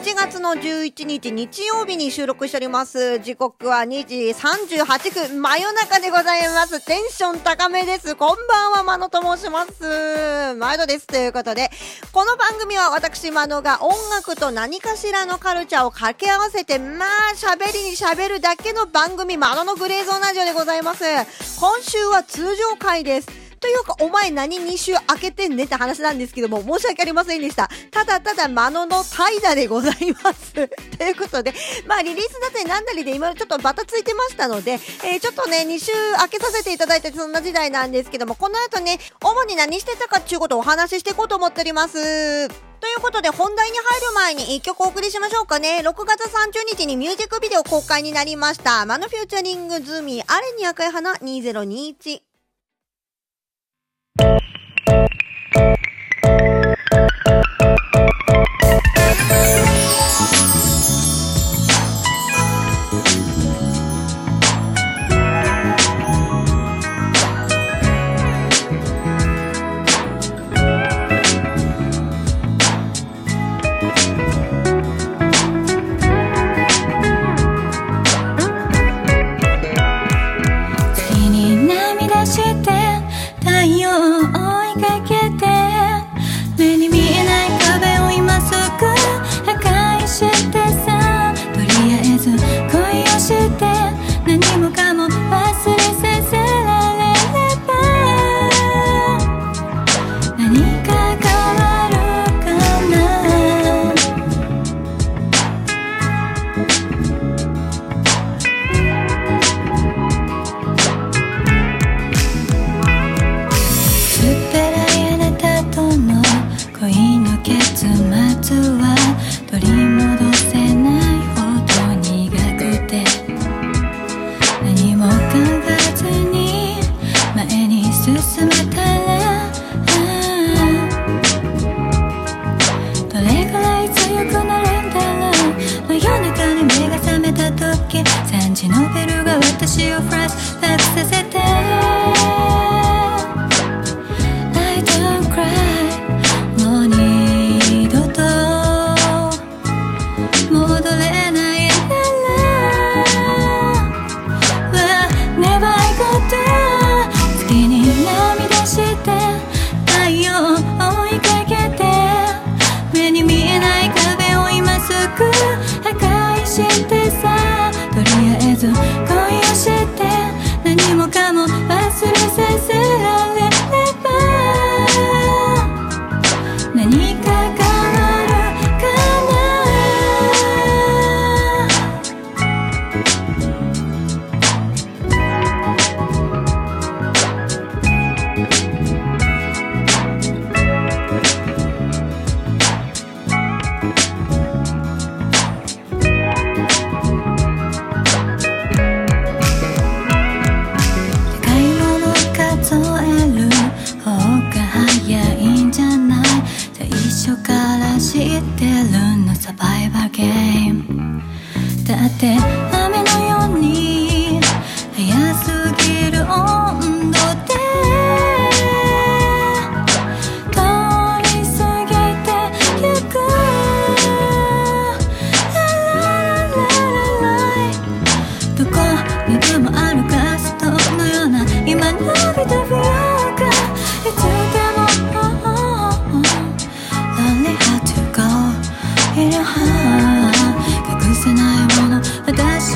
1月の11日日曜日に収録しております。時刻は2時38分、真夜中でございます。テンション高めです。こんばんは、まのと申します。毎度です。ということで、この番組は私まのが音楽と何かしらのカルチャーを掛け合わせて、喋りに喋るだけの番組、まののグレーゾーンラジオでございます。今週は通常回です。というか、お前何2週開けてんねって話なんですけども、申し訳ありませんでした。ただただ、マノの怠惰でございます。ということで、リリースだったりなんだりで今ちょっとバタついてましたので、ちょっとね、2週開けさせていただいてそんな時代なんですけども、この後ね、主に何してたかっていうことをお話ししていこうと思っております。ということで、本題に入る前に一曲お送りしましょうかね。6月30日にミュージックビデオ公開になりました。マノフューチャリングズーミー、あれに赤い花2021。 隠せないもの私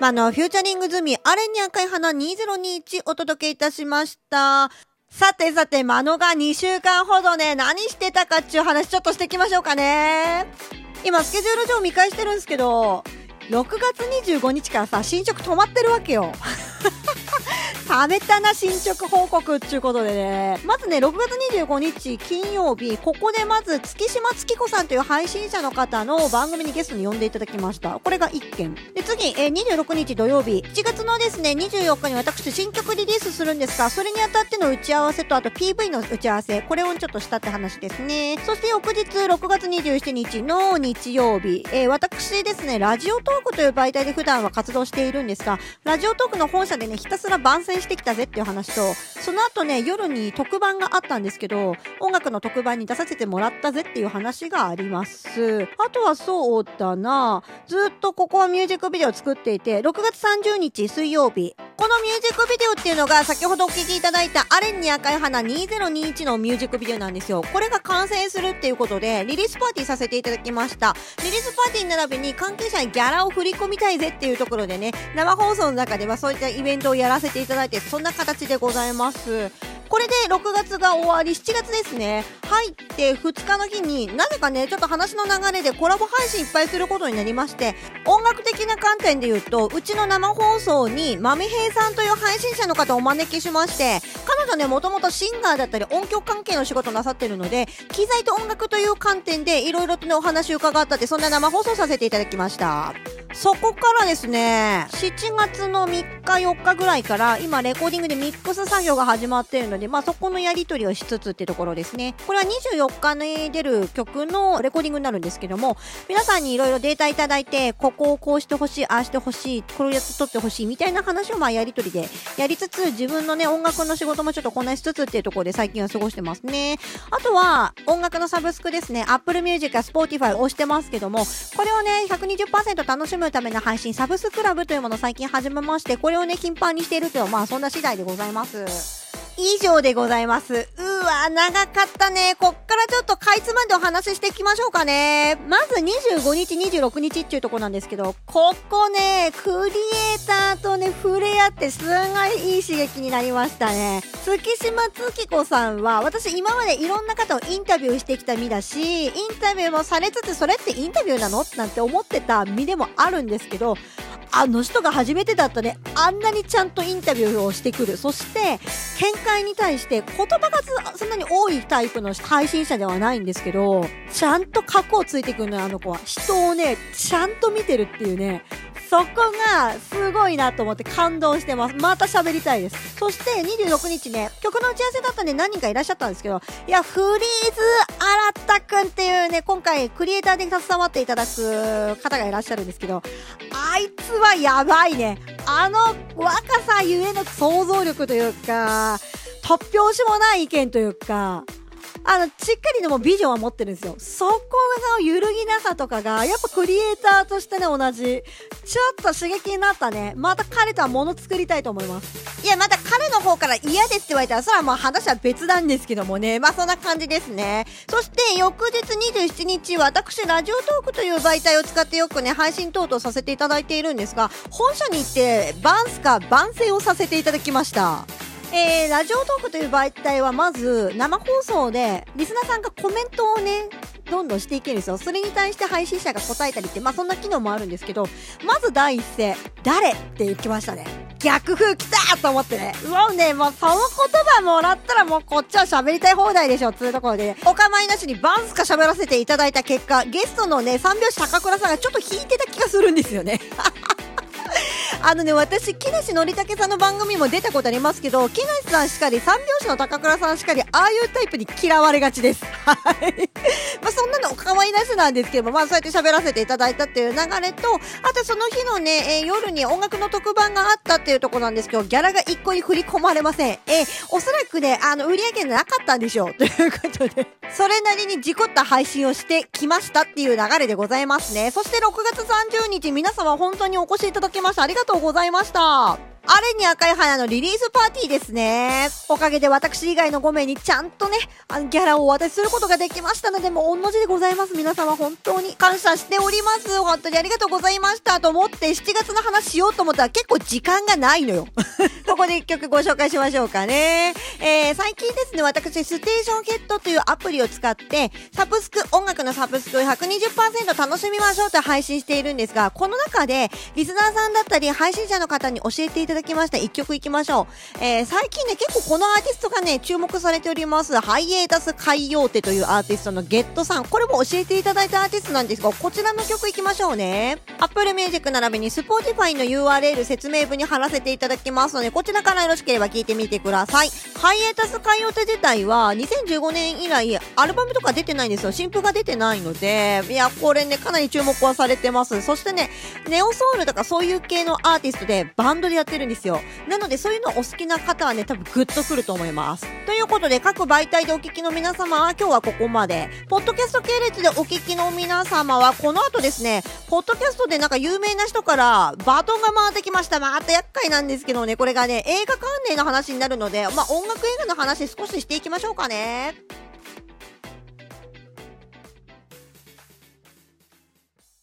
さんのフューチャリング済み、あれに赤い花2021お届けいたしました。さて、マノが2週間ほどね、何してたかっていう話ちょっとしていきましょうかね。今、スケジュール上見返してるんですけど、6月25日からさ、進捗止まってるわけよ。食べたな進捗報告っていうことでね、まずね、6月25日金曜日、ここでまず月島月子さんという配信者の方の番組にゲストに呼んでいただきました。これが1件で、次、26日土曜日、7月のですね24日に私新曲リリースするんですが、それにあたっての打ち合わせと、あと PV の打ち合わせ、これをちょっとしたって話ですね。そして翌日6月27日の日曜日、私ですね、ラジオトークという媒体で普段は活動しているんですが、ラジオトークの本社でね、ひたすら番宣してきたぜっていう話と、その後ね、夜に特番があったんですけど、音楽の特番に出させてもらったぜっていう話があります。あとはそうだな、ずっとここはミュージックビデオを作っていて、6月30日水曜日、このミュージックビデオっていうのが先ほどお聴きいただいたアレンに赤い花2021のミュージックビデオなんですよ。これが完成するっていうことでリリースパーティーさせていただきました。リリースパーティー並びに関係者にギャラを振り込みたいぜっていうところでね、生放送の中ではそういったイベントをやらせていただいて、そんな形でございます。これで6月が終わり、7月ですね、入って2日の日になぜかね、ちょっと話の流れでコラボ配信いっぱいすることになりまして、音楽的な観点で言うと、うちの生放送に豆平さんという配信者の方をお招きしまして、彼女ね、もともとシンガーだったり音響関係の仕事なさってるので、機材と音楽という観点でいろいろとね、お話を伺ったって、そんな生放送させていただきました。そこからですね、7月の3日4日ぐらいから今レコーディングでミックス作業が始まっているので、そこのやり取りをしつつっていうところですね。これは24日に出る曲のレコーディングになるんですけども、皆さんにいろいろデータいただいて、ここをこうしてほしい、ああしてほしい、これをやつ撮ってほしいみたいな話をやり取りでやりつつ、自分のね、音楽の仕事もちょっとこなしつつっていうところで最近は過ごしてますね。あとは音楽のサブスクですね、Apple Music や Spotify を押してますけども、これをね 120% 楽しむための配信サブスクラブというものを最近始めまして、これをね頻繁にしているというそんな次第でございます。以上でございます。長かったね。こっからちょっとかいつまんでお話ししていきましょうかね。まず25日26日っていうところなんですけど、ここね、クリエイターとね触れ合ってすごいいい刺激になりましたね。月島月子さんは、私今までいろんな方をインタビューしてきた身だし、インタビューもされつつ、それってインタビューなのなんて思ってた身でもあるんですけど、あの人が初めてだったね、あんなにちゃんとインタビューをしてくる。そして見解に対して言葉がそんなに多いタイプの配信者ではないんですけど、ちゃんと核をついてくるのよ。あの子は人をねちゃんと見てるっていうね、そこがすごいなと思って感動してます。また喋りたいです。そして26日ね、曲の打ち合わせだったんで何人かいらっしゃったんですけど、いや、フリーズ新田くんっていうね、今回クリエイターで携わっていただく方がいらっしゃるんですけど、あいつはやばいね。あの若さゆえの想像力というか、突拍子もない意見というか、しっかりでもビジョンは持ってるんですよ。そこの揺るぎなさとかが、やっぱクリエイターとしてね、同じ。ちょっと刺激になったね。また彼とは物作りたいと思います。いや、また彼の方から嫌ですって言われたら、それはもう話は別なんですけどもね。そんな感じですね。そして、翌日27日、私、ラジオトークという媒体を使ってよくね、配信等々させていただいているんですが、本社に行って、番宣をさせていただきました。ラジオトークという媒体はまず生放送でリスナーさんがコメントをねどんどんしていけるんですよ。それに対して配信者が答えたりって、そんな機能もあるんですけど、まず第一声誰って言ってましたね。逆風来たーと思ってね、もうね、その言葉もらったらもうこっちは喋りたい放題でしょつうところで、お構いなしにバンスか喋らせていただいた結果、ゲストのね三拍子高倉さんがちょっと引いてた気がするんですよね。私、木梨憲武さんの番組も出たことありますけど、木梨さんしかり、三拍子の高倉さんしかり、ああいうタイプに嫌われがちです。はい。そんなのお可愛いなしなんですけども、そうやって喋らせていただいたっていう流れと、あとその日のね、夜に音楽の特番があったっていうところなんですけど、ギャラが一個に振り込まれません。おそらくね、売り上げなかったんでしょう。ということで、それなりに事故った配信をしてきましたっていう流れでございますね。そして6月30日、皆様本当にお越しいただきましてありがとうございました。 あれに赤い花のリリースパーティーですね。おかげで私以外の5名にちゃんとね、ギャラをお渡しすることができましたので、もう同じでございます。皆様本当に感謝しております。本当にありがとうございましたと思って7月の話しようと思ったら結構時間がないのよ。ここで1曲ご紹介しましょうかね。最近ですね、私ステーションヘッドというアプリを使って音楽のサブスクを 120% 楽しみましょうと配信しているんですが、この中でリスナーさんだったり配信者の方に教えていただきました1曲いきましょう。最近ね、結構このアーティストがね、注目されております。ハイエータス海洋手というアーティストのゲットさん。これも教えていただいたアーティストなんですが、こちらの曲いきましょうね。Apple Music 並びに Spotify の URL 説明文に貼らせていただきますので、こちらからよろしければ聞いてみてください。ハイエータス海洋手自体は2015年以来アルバムとか出てないんですよ。新譜が出てないので、いや、これね、かなり注目はされてます。そしてね、ネオソウルとかそういう系のアーティストでバンドでやってるんですよ。なのでそういうのお好きな方はね、多分グッとくると思います。ということで、各媒体でお聞きの皆様は今日はここまで。ポッドキャスト系列でお聞きの皆様はこの後ですね、ポッドキャストでなんか有名な人からバトンが回ってきました。また厄介なんですけどね、これがね、映画関連の話になるので、音楽映画の話少ししていきましょうかね。